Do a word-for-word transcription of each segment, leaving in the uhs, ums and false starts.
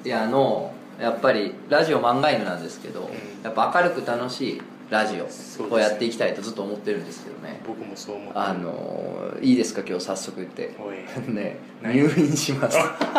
いやあのやっぱりラジオ漫画犬なんですけど、うん、やっぱ明るく楽しいラジオをやっていきたいとずっと思ってるんですけどね。 僕もそう思ってる。 あのいいですか、今日早速言ってね、入院します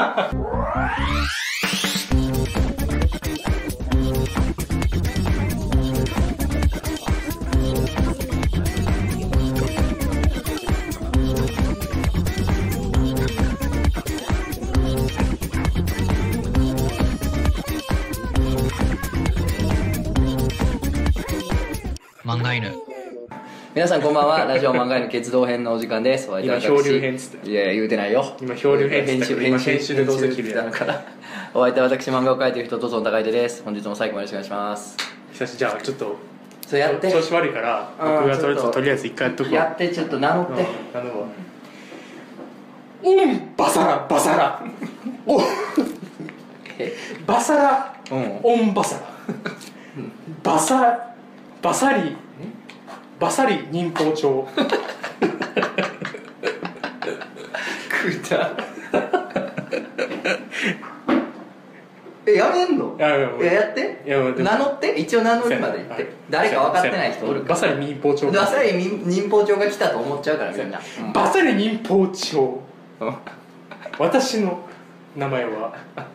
漫画犬。 皆さんこんばんは。ラジオ漫画犬決動編のお時間です。 今漂流編っつって。 いや言うてないよ。 今漂流編っつって。 編集編集でどうせ切るやんから。お相手は私漫画を描いている人とその高出です。本日も最後までよろしくお願いします。 久しじゃあちょっとそれやって調子悪いから僕がとりあえずとりあえず一回やっとくわ。 やってちょっと名乗って。 名乗るわ。うんバサラバサラ。おバサラ。オンバサラ。バサバサリバサリ忍法帳くだえやめんの？ いやいやいややっていや名乗って一応名乗るまで言って、はい、誰か分かってない人おるから。 バサリ忍法帳バサリ忍法帳が来たと思っちゃうからみんな、 うん、バサリ忍法帳私の名前は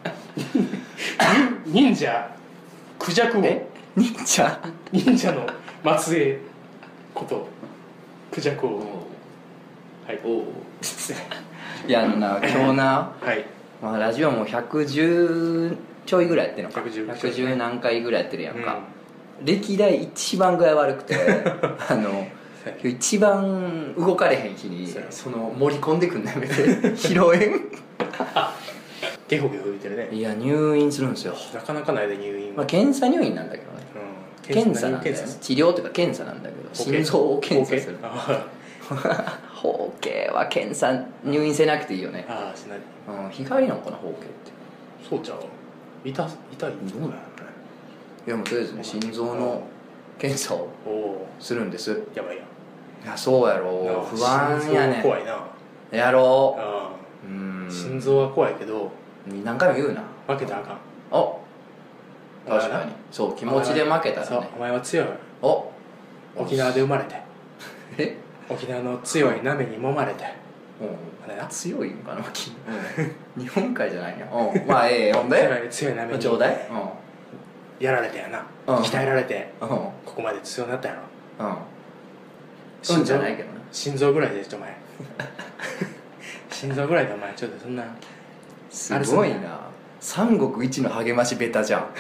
忍者クジャク王。 忍者忍者の末裔ことクジャク王。はい。おいやあのな今日な、 はい、 まあ、ラジオもひゃくじゅうちょいぐらいやってるのか。 ひゃくじゅう、 ひゃくじゅう何回ぐらいやってるやんか、うん、歴代一番具合悪くてあの一番動かれへん日にその盛り込んでくんのやめて披露宴ゲホゲホ言ってるね。 いや入院するんですよ。 なかなかないで入院は、 まあ、検査入院なんだけどね、うん、検査なんだよね。治療というか検査なんだけど心臓を検査する包茎は検査入院せなくていいよね。ああしない、うん、日帰りなのかな包茎って。 そうちゃう痛痛いどうなんやろね。いやもうとりあえずね心臓の検査をするんです。 やばいやん。 いやそうやろ不安やねん。 怖いな。 やろう。 うん、心臓は怖いけど何回も言うな。 負けたらあかん。 お確かにそう気持ちで負けたらね。 お前は強い。 お沖縄で生まれてえ沖縄の強い鍋に揉まれて、 うん、強いんかな沖縄、うん、日本海じゃないよ。うんまあええほんで強い強い鍋にちょうだい、 うん、やられてやな、うん、鍛えられて、うん、ここまで強くなったやろ。うん心臓じゃないけどな。 心臓ぐらいでちょお前心臓ぐらいでお前ちょっとそんなすごいな。三国一の励ましベタじゃん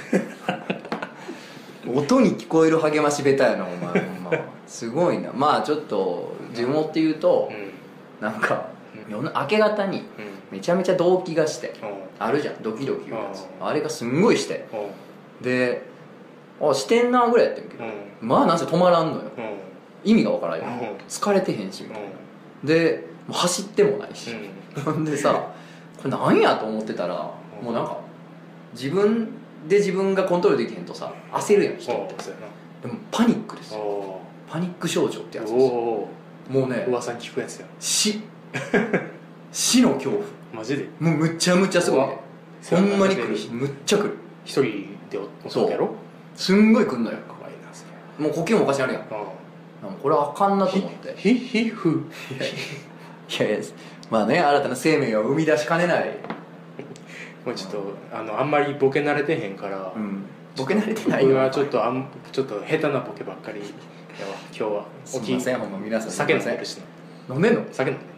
音に聞こえる励ましベタやなお前ほんますごいな。まあちょっと自分をって言うと、うん、なんか、うん、明け方にめちゃめちゃ動悸がして、うん、あるじゃんドキドキいうやつ、うん、あれがすんごいして、うん、であしてんなぐらいやってんけど、うん、まあなんせ止まらんのよ、うん、意味がわからんよ、うん、疲れてへんしみたいな、うん、でもう走ってもないし、うん、でさこれなんやと思ってたら、うん、もうなんか自分で自分がコントロールできへんとさ焦るやん人って。でもパニックですよ。パニック症状ってやつですよ。もうね噂に聞くやつや。 死死の恐怖マジでもうむっちゃむっちゃすごいね。ほんまに来る。むっちゃ来る。 一人でおったやろ。 すんごい来んのよ。もう呼吸もおかしなるやん。これはあかんなと思ってヒヒフいやいやまあね新たな生命を生み出しかねない。 もうちょっとあのあんまりボケ慣れてへんから、うん、 ボケ慣れてないよ。 僕はちょっとあんちょっと下手なボケばっかりやわ今日は。 すみませんほんま皆さん酒飲んでるし飲んでんの。 酒飲んで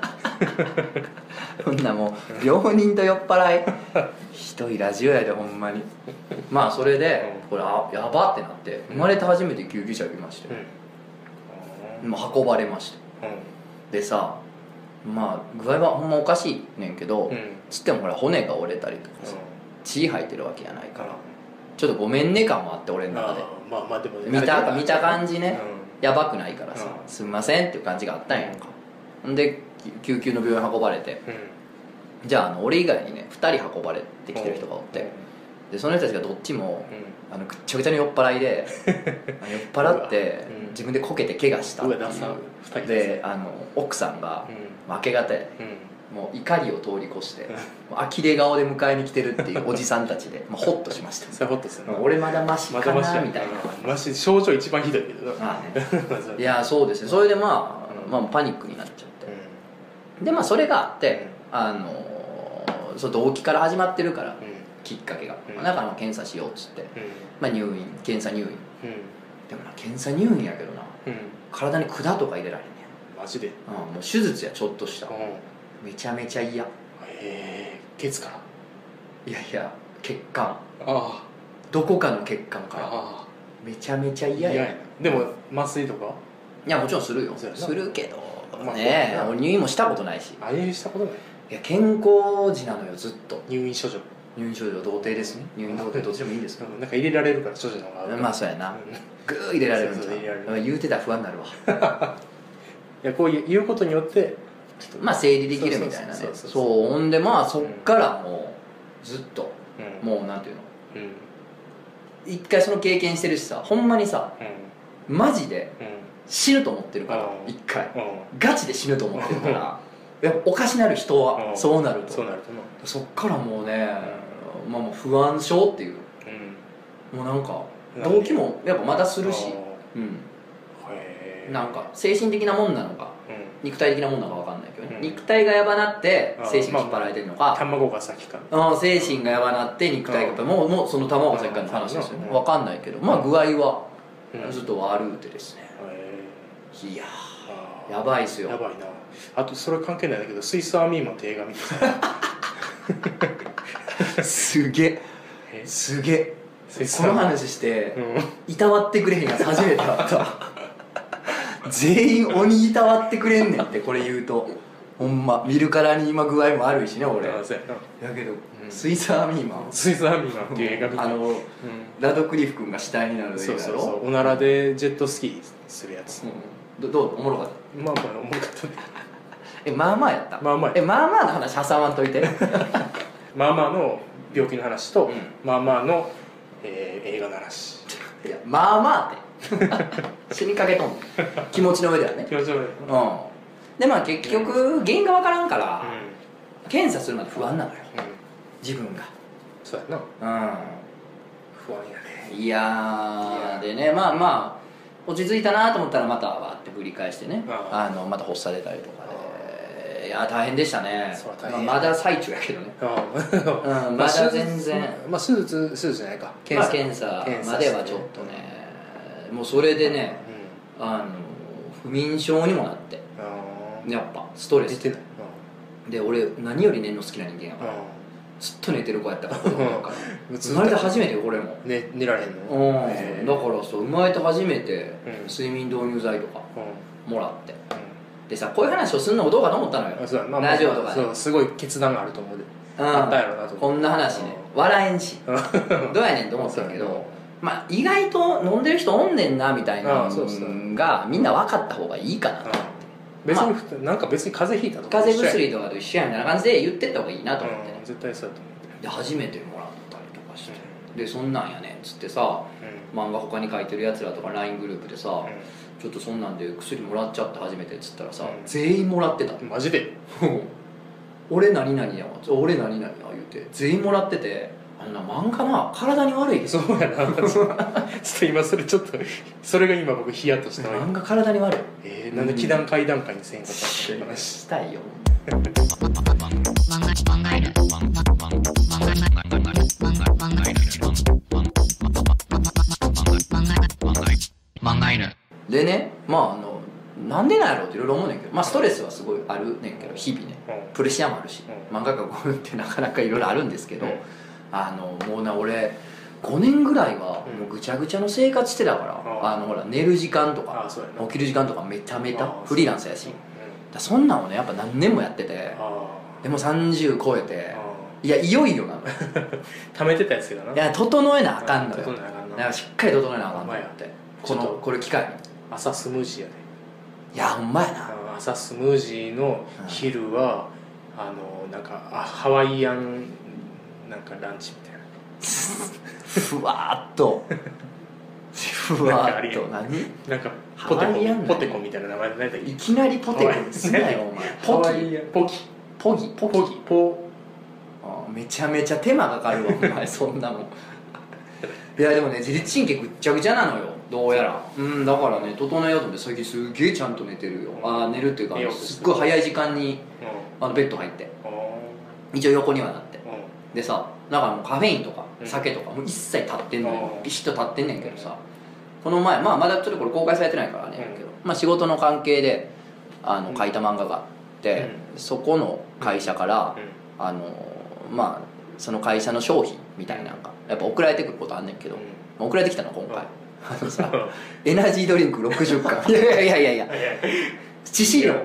そんなもう病人と酔っ払いひどいラジオやでほんまに。まあそれでこれあやばってなって生まれて初めて救急車呼びまして、うん、運ばれまして、うん、でさまあ具合はほんまおかしいねんけど、うん、つってもほら骨が折れたりとかさ、うん、血吐いてるわけやないから、うん、ちょっとごめんね感もあって俺の中で。 まあまあでもね見た見た感じね、うん、やばくないからさ、うん、すみませんっていう感じがあったんやんか。んで救急の病院運ばれて、うん、じゃあ、あの俺以外にねふたり運ばれてきてる人がおって、でその人たちがどっちも、うん、あのぐっちゃぐちゃに酔っ払いで酔っ払って、うん、自分でこけて怪我したっていう。であの奥さんが、うん、明け方や、 もう怒りを通り越してもう呆れ顔で迎えに来てるっていうおじさんたちで、まあ、ホッとしました。 それホッとするな。 俺まだマシかなみたいな。 マシ、症状一番ひどいけどな、ああ、ね、いやそうですね。それでまあ、うん、まあパニックになっちゃって、うん、でまあそれがあって、うん、あのー、そう動機から始まってるから、うん、きっかけが、うん、だからまあ検査しようっつって、うん、まあ、入院検査入院、うん、でもな検査入院やけどな、うん、体に管とか入れられんねん。 マジで、うん、 もう手術やちょっとした、うん、めちゃめちゃ嫌。へえ、ケツから？ いやいや血管、ああ、 どこかの血管から、ああ、めちゃめちゃ嫌や。 でも麻酔とか？ いやもちろんするよ、するけど、まあ、ねえ、入院もしたことないし。 あ、入院したことない？ いや健康児なのよずっと。 入院処女？入院処女童貞ですね。入院童貞どっちでもいいんですけどなんか入れられるから処女の方が。 まあそうやな、グー入れられるんじゃん。言うてたら不安になるわいやこう言うことによってまあ整理できるみたいなね。そうほんでまあそっからもうずっと、うん、もうなんていうの、うん、一回その経験してるしさ、ほんまにさ、うん、マジで死ぬと思ってるから、一回、うん、ガチで死ぬと思ってるからやっぱおかしなる人は、うん、そうなると、 そうなるとそっからもうね、うん、まあもう不安症っていう、うん、もうなんか動機もやっぱまだするし、うん、なんか精神的なもんなのか、うん、肉体的なもんなのか分かんないけどね、うん、肉体がやばなって精神が引っ張られてるのか、まあ、 卵が先か、 うん、精神がやばなって肉体がやっぱもう、もうその卵が先かの話ですよね、分かんないけど、まあ具合はずっと悪うてですね、うん、いやーやばいっすよ。 やばいな。あとそれ関係ないんだけどスイスアーミーマンって映画見てたすげえすげえこの話して、うん、いたわってくれへんやつ初めてだった全員鬼いたわってくれんねんってこれ言うとほんま見るからに今具合も悪いしね俺。だけど、うん、スイスアーミーマンスイスアーミーマンっていう映画見て、 あの、うん、ラドクリフ君が死体になる映画だろ。 そうそうそう、おならでジェットスキーするやつ、 うん、どどうおもろかった？ まあまあおもろかったねえまあまあやった。 まあまあえまあまあの話挟まんといてまあまあの病気の話と、うん、まあまあの、えー、映画の話。 いやまあまあって死にかけとん気持ちの上ではね。 気持ちの上で、うん、 でまあ結局原因が分からんから、うん、検査するまで不安なのよ、うん、自分が。 そうやな、 うん、 不安やね。 いやでね、まあまあ落ち着いたなと思ったらまたわって振り返してね、あのまた発作出たりとかで、いや大変でしたね。まあ、まだ最中やけどねうん、まだ全然まあ手術手術じゃないか検査、まあ、検査まではちょっとね、もうそれでね、うん、あの不眠症にもなって、やっぱストレス出てない、 で俺何より寝るの好きな人間やから、ずっと寝てる子やったから生まれて初めてよこれも、 ね、寝られんの、 うん、だからそう生まれて初めて睡眠導入剤とかもらって、うん、でさこういう話をするのもどうかと思ったのよ、 そう、まあ、 ラジオとかで、 そうすごい決断があると思うで、うん、あったやろなと思う。 こんな話ね、うん、笑えんしどうやねんと思ってたけど、まあ、意外と飲んでる人おんねんなみたいなのがみんな分かった方がいいかなと思って、 別に、まあ、なんか別に風邪ひいたとか風邪薬とかと一緒やみたいな感じで言ってった方がいいなと思って、ね、 うん、絶対そうやと思って。 で初めてもらったりとかして、うん、でそんなんやねんっつってさ、うん、漫画他に書いてるやつらとか ライン グループでさ、うん、ちょっとそんなんで薬もらっちゃって初めてっつったらさ、うん、全員もらってた。 マジで俺何々やわ俺何々や言うて全員もらってて、あんな漫画な体に悪いで。 そうやなちょっと今それちょっとそれが今僕ヒヤッとした。 漫画体に悪い。 えー、なんで気段階段階にせんかったの、うん、 したいよでね、まああのなんでなんやろうっていろいろ思うねんけど、まあストレスはすごいあるねんけど日々ね、うん、プレッシャーもあるし、うん、漫画家ごってなかなかいろいろあるんですけど、うん、あのもうな俺ごねんぐらいはもうぐちゃぐちゃの生活してたから、うん、あのほら寝る時間とか起きる時間とかめちゃめちゃフリーランスやし、だそんなんをねやっぱ何年もやってて、でもさんじゅう超えて、いやいよいよなの溜めてたやつがな、 いや整えなあかんのよ、だからしっかり整えなあかんのよって、このこれ機会に朝スムージーやで。 いやほんまやな、 朝スムージーの昼は、うん、あのなんかあハワイアンなんかランチみたいなふわーっとふわーっと何なんかポテコポテコみたいな名前で何だっけ。 いきなりポテコにすなよお前ポキポキポギポギポギポあめちゃめちゃ手間かかるわお前そんなもんいやでもね自律神経ぐっちゃぐちゃなのよどうやらうんだからね整えようと思って最近すげえちゃんと寝てるよあ寝るっていうかすっごい早い時間にあのベッド入って一応横にはなってでさなんかもうカフェインとか酒とかもう一切立ってんのよビシッと立ってんねんけどさこの前まあまだちょっとこれ公開されてないからねけどまあ仕事の関係であの書いた漫画があってそこの会社からあのまあその会社の商品みたいなのがやっぱ送られてくることあんねんけど、まあ、送られてきたの今回あのさエナジードリンクろくじゅっかんいやいやいやいやいや致死量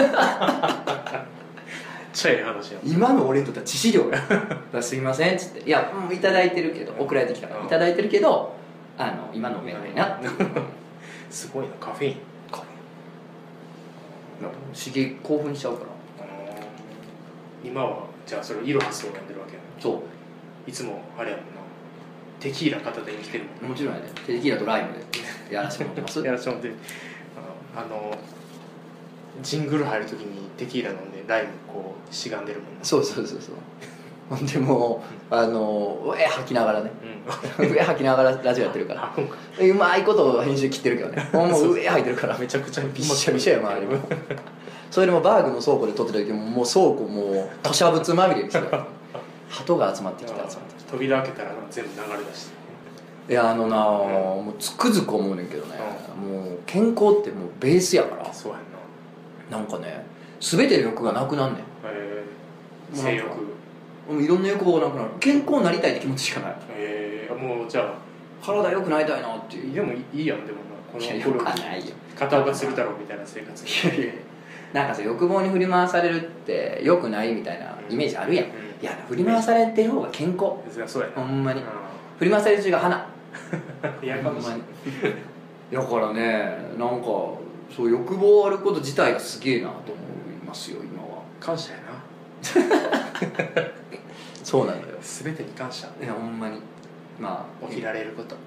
ちゃい話や今の俺にとっては致死量やすいませんっつっていやもういただいてるけど送られてきたからいただいてるけどあの今のめないなってすごいなカフェインカフェイン刺激興奮しちゃうから今はじゃあそれイロハスを読んでるわけやなそういつもあれやもんなテキーラ片手に来てるもんもちろんやねテキーラとライムでやらせてもらってますやらせてもらってあのあのジングル入るときにテキーラ飲んでライムこうしがんでるもんなそうそうそうそうほんでもうあのうえ吐きながらね、うん、うえ吐きながらラジオやってるからうまいこと編集切ってるけどねもううえ吐いてるからめちゃくちゃびっしゃびしゃや周りもそれでもバーグの倉庫で撮ってた時ももう倉庫もう土砂物まみれにしてた鳩が集まってきて集まってきて扉開けたら全部流れ出していやあのな、うん、もうつくづく思うねんけどね、うん、もう健康ってもうベースやからそうやんななんかね全ての欲がなくなんねんへえ性欲もういろんな欲望がなくなる健康になりたいって気持ちしかないへえもうじゃあ体良くなりたいなっていうでもいいやんでもなこのよくはないよ片岡するだろうみたいな生活いやいやなんかさ欲望に振り回されるって良くないみたいなイメージあるやん、うん、いや振り回されてる方が健康そうやなほんまに、うん、振り回される中が花いやかもしれないだからねなんかそう欲望あること自体がすげえなと思いますよ今は感謝やなそうなのよ全てに感謝いやほんまにまあ起きられること、うん、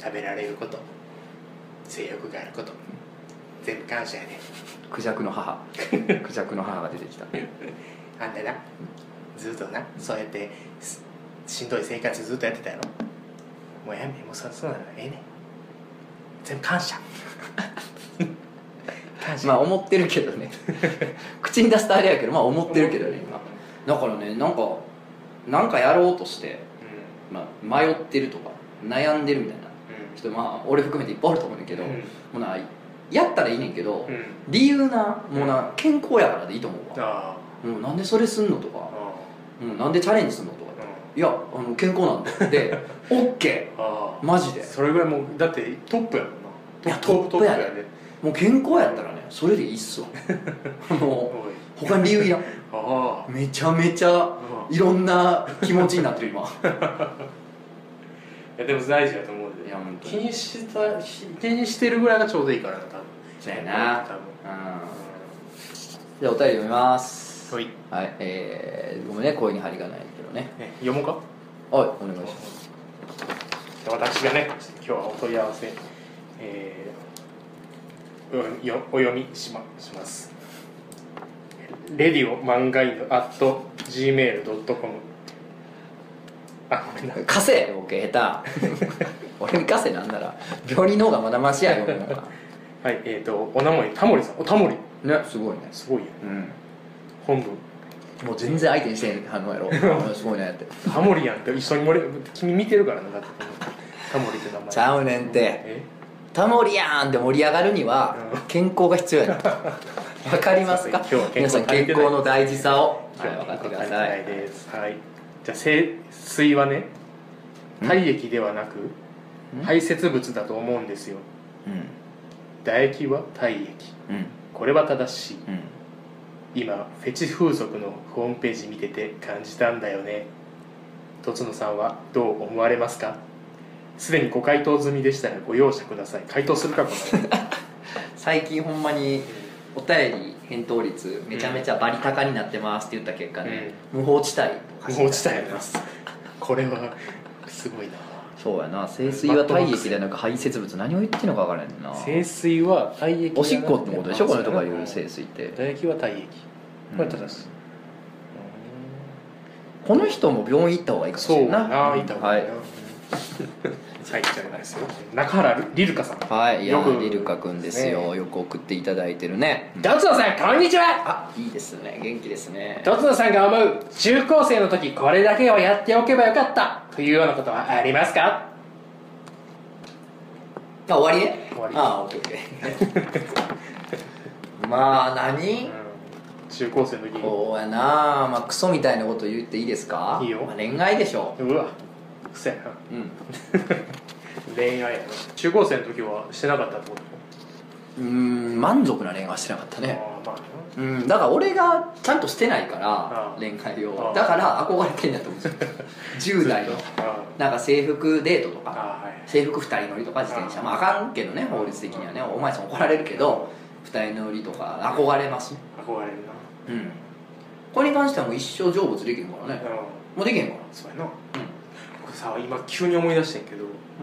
食べられること性欲があること、うん、全部感謝やねクジャクの母クジャクの母が出てきたあんたなずっとなそうやってしんどい生活ずっとやってたやろもうやめもうそそうなのええねん全部感謝感謝まあ思ってるけどね口に出すとあれやけどまあ思ってるけどね今だからねなんかなんかやろうとして、うんまあ、迷ってるとか悩んでるみたいな人、うん、まあ俺含めていっぱいあると思うんだけど、うん、もうなやったらいいねんけど、うん、理由なもうな健康やからでいいと思うわもうなんでそれすんのとかもうなんでチャレンジすんのとかいやあの健康なんだで OK マジでそれぐらいもうだってトップやもんなトップトップやで、ね、もう健康やったらねそれでいいっすわもう他に理由いらんあめちゃめちゃいろんな気持ちになってる今いやでも大事だと思うでいや本当に気にした気にしてるぐらいがちょうどいいからな多分そうやな多分、うん、じゃあお便り読みますはい、 はいえー、ごめんね声に張りがないけどねね読もうかはいお願いします私がね今日はお問い合わせ、えー、よお読みし ま, しますレディオマンガイド アット ジーメール ドットコム あごめんな貸せボケ下手俺に貸せなんなら病人の方がまだマシやよはいえーとお名前タモリさんおタモリねすごいねすごいよ、うん、本文もう全然相手にしてん反応やろすごいなやってタモリやんって一緒に盛れ君見てるからなだってタモリって名前ちゃうねんってタモリやんって盛り上がるには健康が必要やなわかりますか皆さん健康の大事さを今日は分かってください、 はい、です、はい、じゃあ聖水はね体液ではなく排泄物だと思うんですよ、うん、唾液は体液、うん、これは正しい、うん、今フェチ風俗のホームページ見てて感じたんだよねとつのさんはどう思われますかすでにご回答済みでしたらご容赦ください回答するかこの最近ほんまにお便り返答率めちゃめちゃバリ高になってますって言った結果ね、うん、無法地帯無法地帯ありますこれはすごいなそうやな聖水は体液ではなく排泄物何を言ってるのか分からへんな聖水は体液おしっこってことでしょこの人が言う聖水って唾液は体液これ正しい、 この人も病院行った方がいいかもしれんな。 そうな、行った方がいいな。はいじゃないですよ。中原リルカさん。 はい、いやよくリルカくんですよ、ね、よく送っていただいてるね。 とつのさんこんにちは。 あ、いいですね、元気ですね。 とつのさんが思う中高生の時これだけはやっておけばよかったというようなことはありますか？ あ、終わりね。 終わり。 あ、オッケーオッケーまあ何、うん、 中高生の時そうやな、まあクソみたいなこと言っていいですか？ いいよ、 まあ、恋愛でしょ。 うわクソやな。うん恋愛やな。中高生の時はしてなかったってこと？ うーん、満足な恋愛はしてなかったね。 あ、まあ、 うん、だから俺がちゃんとしてないから恋愛を、だから憧れてんだと思うんですよじゅう代のなんか制服デートとか、はい、制服ふたり乗りとか自転車、あまああかんけどね法律的にはね、お前さん怒られるけどふたり乗りとか憧れますね。 憧れるな。うん、 これに関してはもう一生成仏できへんからね、うん、もうできへんから。 そうやな、うん、僕さ今急に思い出してんけど、うん、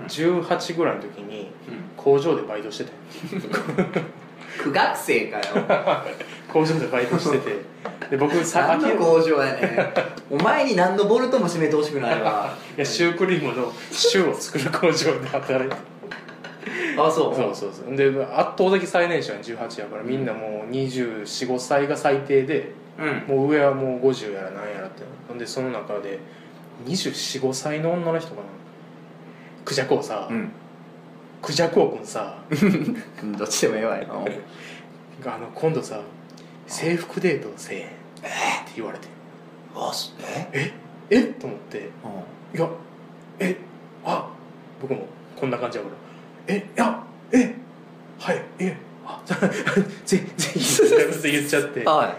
じゅうはちぐらいの時に工場でバイトしてたよ苦学生かよ工場でバイトしててで僕さ何の工場やねお前に何のボルトも締めてほしくないわいやシュークリームのシューを作る工場で働いてあ、そうそうそうそうで圧倒的最年少はじゅうはちやから、みんなもうにじゅうよん、ごさいが最低で、うん、もう上はもうごじゅうやら何やらって。ほんでその中でにじゅうよん、ごさいの女の人かな、クジャクをさ、うん、クジャク王くんさどっちでもええわよあの今度さ制服デートせえへんって言われて、 あえええと思って、うん、いやえあ僕もこんな感じやからえいやえはいえあぜぜひって言っちゃって、はい、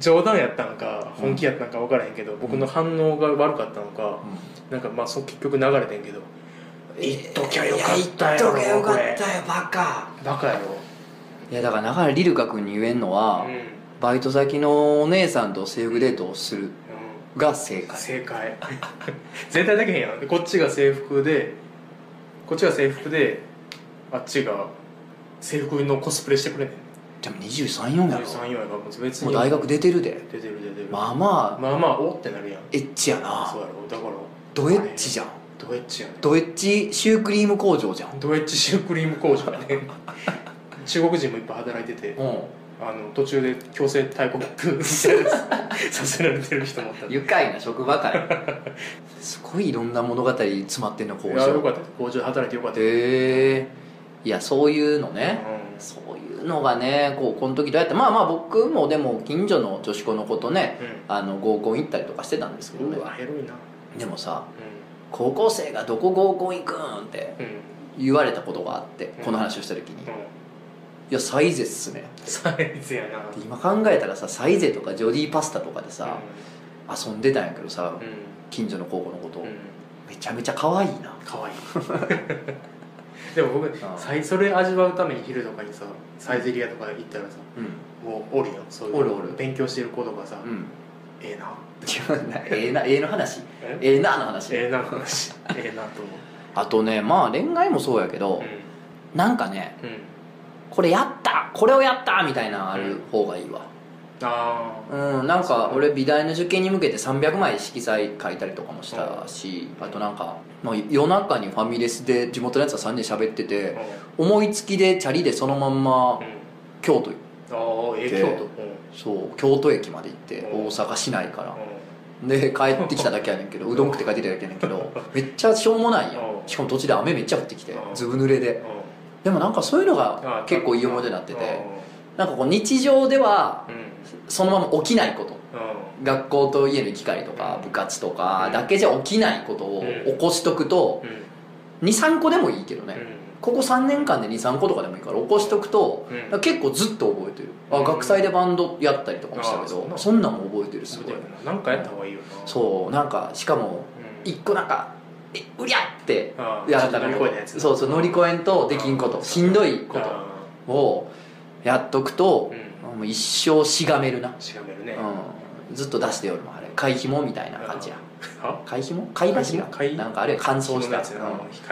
冗談やったんか本気やったんか分からへんけど、うん、僕の反応が悪かったのか、うん、なんかまあそう結局流れてんけど、言っときゃよかったよ、 言っときゃよかったよバカバカやろ。 いやだから中原リルカ君に言えんのは、うん、バイト先のお姉さんと制服デートをするが正解、うん、 正解全体だけへんやん。こっちが制服でこっちが制服であっちが制服のコスプレしてくれんねん。 でもにじゅうさん、よんやろ。にじゅうさん、よんやろ。 別にもう大学出てるで。 出てる出てる。 まあまあまあまあおってなるやん。 エッチやな。 そうやろ。だからドエッチじゃん。 ドエッチやね。 ドエッチシュークリーム工場じゃん。 ドエッチシュークリーム工場やね中国人もいっぱい働いてて、うん、あの途中で強制退国させられてる人もいた。 愉快な職場かよすごいいろんな物語詰まってんの工場。いやよかった工場で働いてよかった。 へえ。いやそういうのね、うん、そういうのがねこうこの時どうやってまあまあ僕もでも近所の女子校の子とね、うん、あの合コン行ったりとかしてたんですけどね。 うわヘロいな。 でもさ、うん、高校生がどこ合コン行くんって言われたことがあって、うん、この話をした時に、うん、いやサイゼっすね。 サイゼやな。 今考えたらさサイゼとかジョディパスタとかでさ、うん、遊んでたんやけどさ、うん、近所の高校の子と、うん、めちゃめちゃ可愛いな。 可愛いでも僕それ味わうために昼とかにさサイゼリアとか行ったらさ、うん、もうおるやんそういうおるおる勉強してる子とかさ、うん、ええなええなええの話ええなの話ええなの話ええなと思う。 あとねまあ恋愛もそうやけど、うん、なんかね、うん、これやったこれをやったみたいなある方がいいわ、うん、ああうんなんか俺美大の受験に向けてさんびゃくまい色彩書いたりとかもしたし、うん、あとなんかもう夜中にファミレスで地元のやつがさんにん喋ってて、うん、思いつきでチャリでそのまんま京都行って、 ああええ京都、うん、 そう京都駅まで行って大阪市内から、うん、で帰ってきただけやねんけどうどん食って帰ってきただけやねんけどめっちゃしょうもないやん。しかも途中で雨めっちゃ降ってきてずぶ濡れで、でもなんかそういうのが結構いい思い出になってて、なんかこう日常ではそのまま起きないこと、学校と家の行き帰りとか部活とかだけじゃ起きないことを起こしとくとにさんこでもいいけどね、ここさんねんかんでにさんことかでもいいから起こしとくと結構ずっと覚えてる。あ学祭でバンドやったりとかもしたけどそんなんも覚えてる。すごいなんかやった方がいいよな。 そうなんかしかも一個なんかえうりゃってやったらそうそう乗り越えんとできんことしんどいことをやっとくともう一生しがめるな。 しがめるね、 うん、ずっと出しておるもんあれ貝ひもみたいな感じや。貝ひも貝柱なんかあれ乾燥した、うん、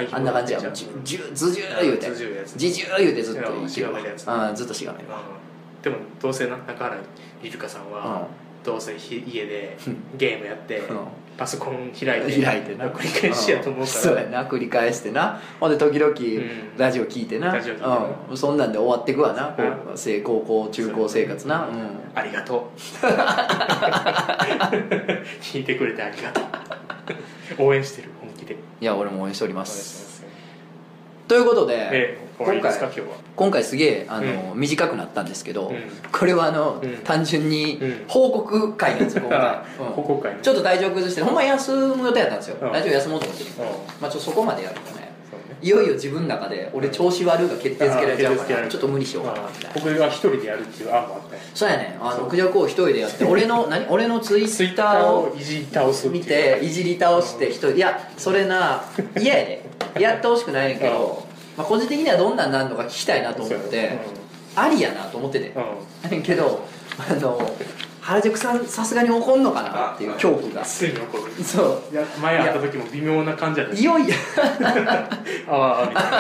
あんな感じやもんジュジュズジュー言うてジジュー言うてずっといけるわ、うん、ずっとしがめるわ。 でもどうせな中原リルカさんは、うん、 どうせ家でゲームやって、うん、パソコン開いて開いてな繰り返しやと思うから、 そうやな、繰り返してな、ほんで時々ラジオ聞いてな、うんうん、そんなんで終わってくわな、こう高校中高生活な、うん、 ありがとう聞いてくれてありがとう応援してる、本気で。 いや俺も応援しております。ということで、 ええ、今回今日は今回すげえあの、うん、短くなったんですけど、うん、これはあの、うん、単純に報告会なんですよ、今回、 うん、報告会、ね、 ちょっと体調崩してほんま休む予定だったんですよ、ラジオ休もうと思ってるけど、まあ、ちょっとそこまでやるとね、いよいよ自分の中で俺調子悪いが決定づけられちゃうからちょっと無理しようかなみたいな。 僕が一人でやるっていう案もあったね。 そうやね、あのクジャクを一人でやって俺の何俺のツイッターをいじり倒す見ていじり倒して一人、いやそれな嫌やでやってほしくないねんけど、まあ、個人的にはどんなんなんのか聞きたいなと思って、うん、ありやなと思ってて、うん、けどあの原宿さんさすがに怒んのかなっていう恐怖がついに怒る。 そういや前会った時も微妙な感じだった。 いよいよああみたい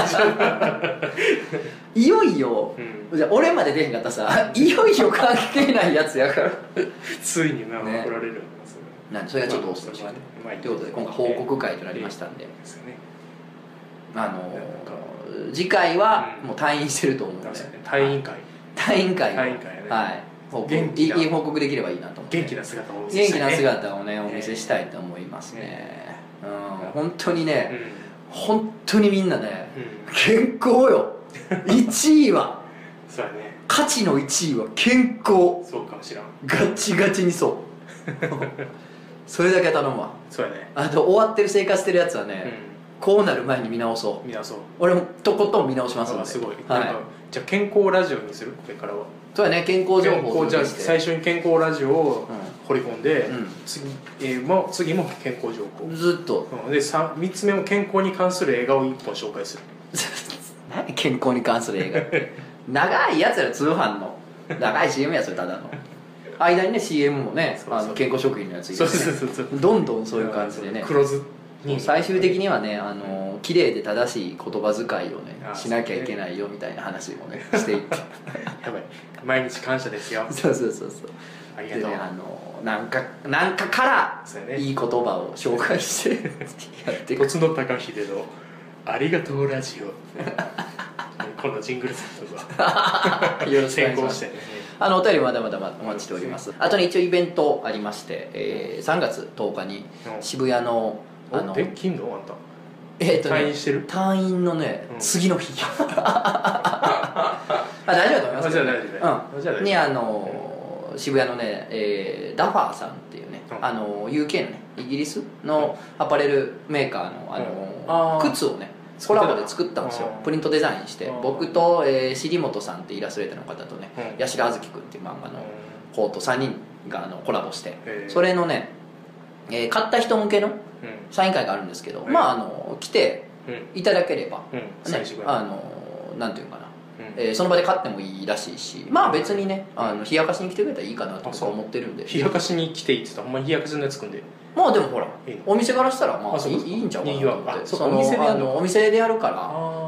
ないよいよ、うん、じゃ俺まで出へんかったさいよいよ関係ないやつやからついにな、ね、怒られるんです。 なんそれがちょっと恐ろしい、まあ、ということで今回報告会となりましたんで、えーですね、あのー、次回はもう退院してると思うので、 退院会退院会退院会ね、 はい元気いい報告できればいいなと思って、 元気な姿をお見せしたい、 元気な姿をねお見せしたいと思いますね、うん、本当にね、うん、本当にみんなね、うん、健康よいちいはそうやね、 価値のいちいは健康。 そうかもしらん、 ガチガチにそうそれだけ頼むわ。 そうやね、 あと終わってる生活してるやつはね、うん、こうなる前に見直そう、 見直そう。 俺もとことん見直しますので。 すごい、はい、じゃあ健康ラジオにする、これからは。 そうやね、健康情報をじゃあ最初に健康ラジオを掘り込んで、うん、次, えー、も次も健康情報ずっと、 うん、で 3, 3つ目も健康に関する映画をいっぽん紹介する何健康に関する映画って長いやつやろ、通販の長い シーエム やそれ、ただの間にね シーエム もね、あの健康食品のやついて、ね、 そうそうそうそう、 どんどんそういう感じでね、 黒酢に最終的にはね、あの綺麗で正しい言葉遣いをねしなきゃいけないよみたいな話もねしていってやばい、毎日感謝ですよ。 そうそうそうそう、 ありがとう。 でね、あのなんかなんかからいい言葉を紹介してやっていく。 とつの高秀のありがとうラジオこのジングルセットがよろしくお願いします。 あのお便りまだまだお待ちしております。あとね一応イベントありまして、えー、さんがつとおかに渋谷のあのできんのあんたえーとね、 退院してる？ 退院のね、うん、次の日あ大丈夫だと思いますけど、ね、 大丈夫、 うん、にあの渋谷のね、えー、ダファーさんっていうね、うん、あの ユーケー のねイギリスのアパレルメーカーのあの、うん、靴をねコラボで作ったんですよ。プリントデザインして僕と、えー、尻本さんってイラストレーターの方とね、うん、八代あずきくんっていう漫画の方とさんにんがあのコラボして、それのね、えー、買った人向けのサイン会があるんですけど、うん、まああの来ていただければ、うんうんね、あのなんていうかな、うんえー、その場で買ってもいいらしいし、まあ別にね、あの冷やかしに来てくれたらいいかなと僕は思ってるんで。 冷やかしに来ていいって言ったらほんまに冷やかしのやつ組んで、 まあでもほらお店からしたらまあいい、いいんちゃうかなと思って、そのお店でやるのお店でやるから、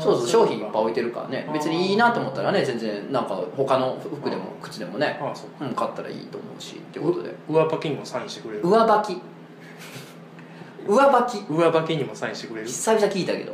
そうそう商品いっぱい置いてるからね、別にいいなと思ったらね、全然なんか他の服でも靴でもね、うん、買ったらいいと思うしってことで。 上履きにもサインしてくれる？ 上履き上履き上履きにもサインしてくれる？ 久々聞いたけど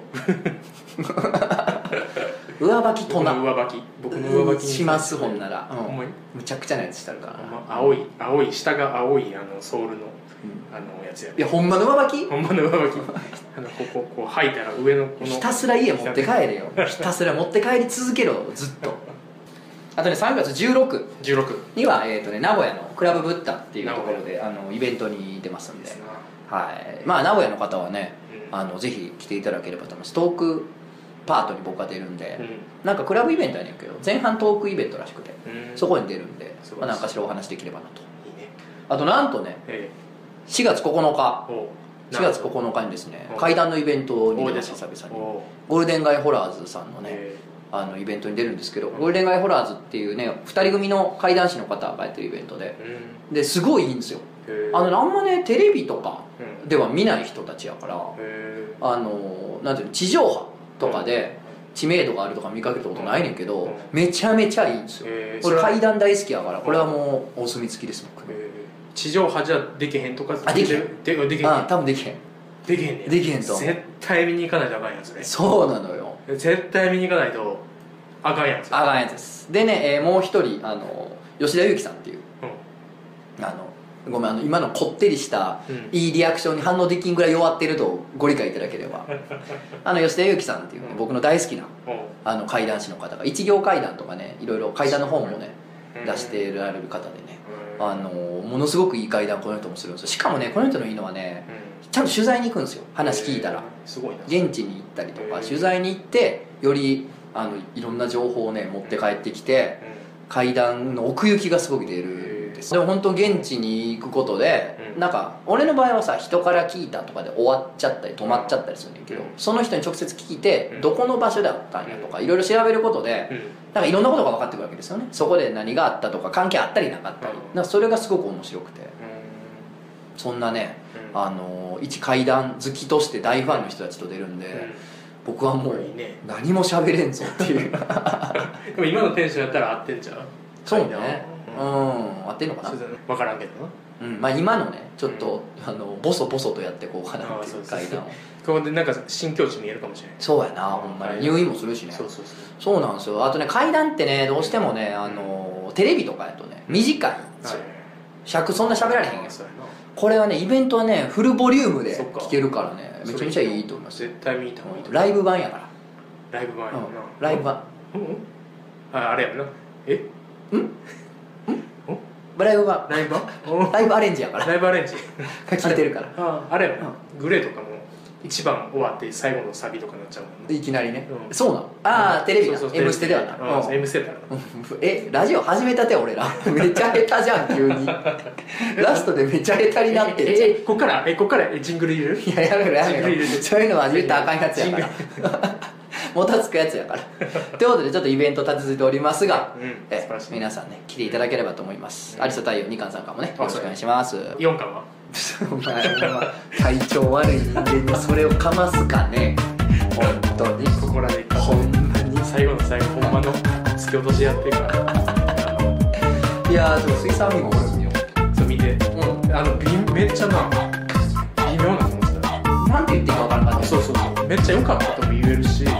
上履きとな僕の上履き僕の上履きにしますほんなら、うん、むちゃくちゃなやつしたるからな、 ま、青い青い下が青いあのソールの、うん、あのやつや、 いやほんまの上履きほんまの上履きあのこここう履いたら上のこのひたすら家持って帰れよひたすら持って帰り続けろずっとあとねさんがつじゅうろくには、えーとね、名古屋のクラブブッダっていうところであのイベントに出ますんで、はい、まあ名古屋の方はね、うん、あのぜひ来ていただければと思います。トークパートに僕が出るんで、うん、なんかクラブイベントやねんけど前半トークイベントらしくて、うん、そこに出るんで、まあ、何かしらお話できればなと。いいね、あとなんとね、ええ、しがつここのかしがつここのかにですね怪談のイベントに出ます。久々にゴールデンガイホラーズさんのね、ええあのイベントに出るんですけど、ゴールデンガイホラーズっていうねふたり組の怪談師の方がやってるイベントで、うん、ですごいいいんですよ。あのあんまねテレビとかでは見ない人たちやから、あのなんていうの地上波とかで知名度があるとか見かけたことないねんけど、めちゃめちゃいいんですよ。これ怪談大好きやからこれはもうお墨付きです僕。 地上波じゃできへんとかあできへんでできへんあ多分できへんできへんねんできへんと絶対見に行かないとあかんやつねそうなのよ絶対見に行かないとあかんやつあかんやつですでね、えー、もう一人あの吉田裕樹さんっていう、うん、あのごめんあの今のこってりした、うん、いいリアクションに反応できんぐらい弱ってるとご理解いただければあの吉田裕樹さんっていうね、うん、僕の大好きな、うん、あの怪談師の方が一行怪談とかねいろいろ怪談の本もね、うん、出してられる方でね、うん、あのものすごくいい怪談この人もするんですよしかもねこの人のいいのはね、うん、ちゃんと取材に行くんですよ話聞いたら、 えー、すごいな現地に行ったりとか、えー、取材に行ってよりあのいろんな情報をね持って帰ってきて、うん、怪談の奥行きがすごく出るんですでも本当現地に行くことで、うん、なんか俺の場合はさ人から聞いたとかで終わっちゃったり止まっちゃったりするんだけど、うん、その人に直接聞いて、うん、どこの場所だったんやとかいろいろ調べることで、うん、なんかいろんなことが分かってくるわけですよねそこで何があったとか関係あったりなかったり、うん、なんかそれがすごく面白くて、うん、そんなね、うん、あの一怪談好きとして大ファンの人たちと出るんで、うん僕はもう何も喋れんぞっていうでも今のテンションやったら合ってんじゃんそうねうん、うん、合ってんのかな分からんけどな、 うんまあ、今のねちょっと、うん、あのボソボソとやってこうかなっていう階段をここでなんか新境地見えるかもしれないそうやなほんまに入院もするしねそうそうそうそうなんですよあとね階段ってねどうしてもねあのテレビとかやとね短いんですよ、はい、尺そんな喋られへんやんこれはねイベントはねフルボリュームで聴けるからねめちゃめちゃいいと思います絶対見た方がいいと思うライブ版やからライブ版やな、うん、 ライブ版うんうんああれやなえんんライブ版ライブ版ライブアレンジやからライブアレンジ聞いてるからああれやな、うん、グレーとかも一番終わって最後のサビとかになっちゃうもんねいきなりね、うん、そうなのああ、うん、テレビな M ステではな、 うん、M ステだなえラジオ始めたて俺らめっちゃ下手じゃん急にラストでめっちゃ下手になってるええこっからえこっからえジングル入れるいややめろやめろそういうのは言ったらあかんやつやからもたつくやつやからということでちょっとイベント立て続いておりますが、うん、え皆さんね来ていただければと思います、うん、有沙太陽にかんさんからもねよろしくお願いしますよんかんはお前は体調悪い人間にそれをかますかね本当にここらでいったほんまに最後の最後ほんまの突き落としやってるからいやーでも水産も俺見ようそう見て、うん、あのめっちゃな微妙な気持ちだなんて言っていいか分からなかったそうそうそうめっちゃ良かったとも言えるし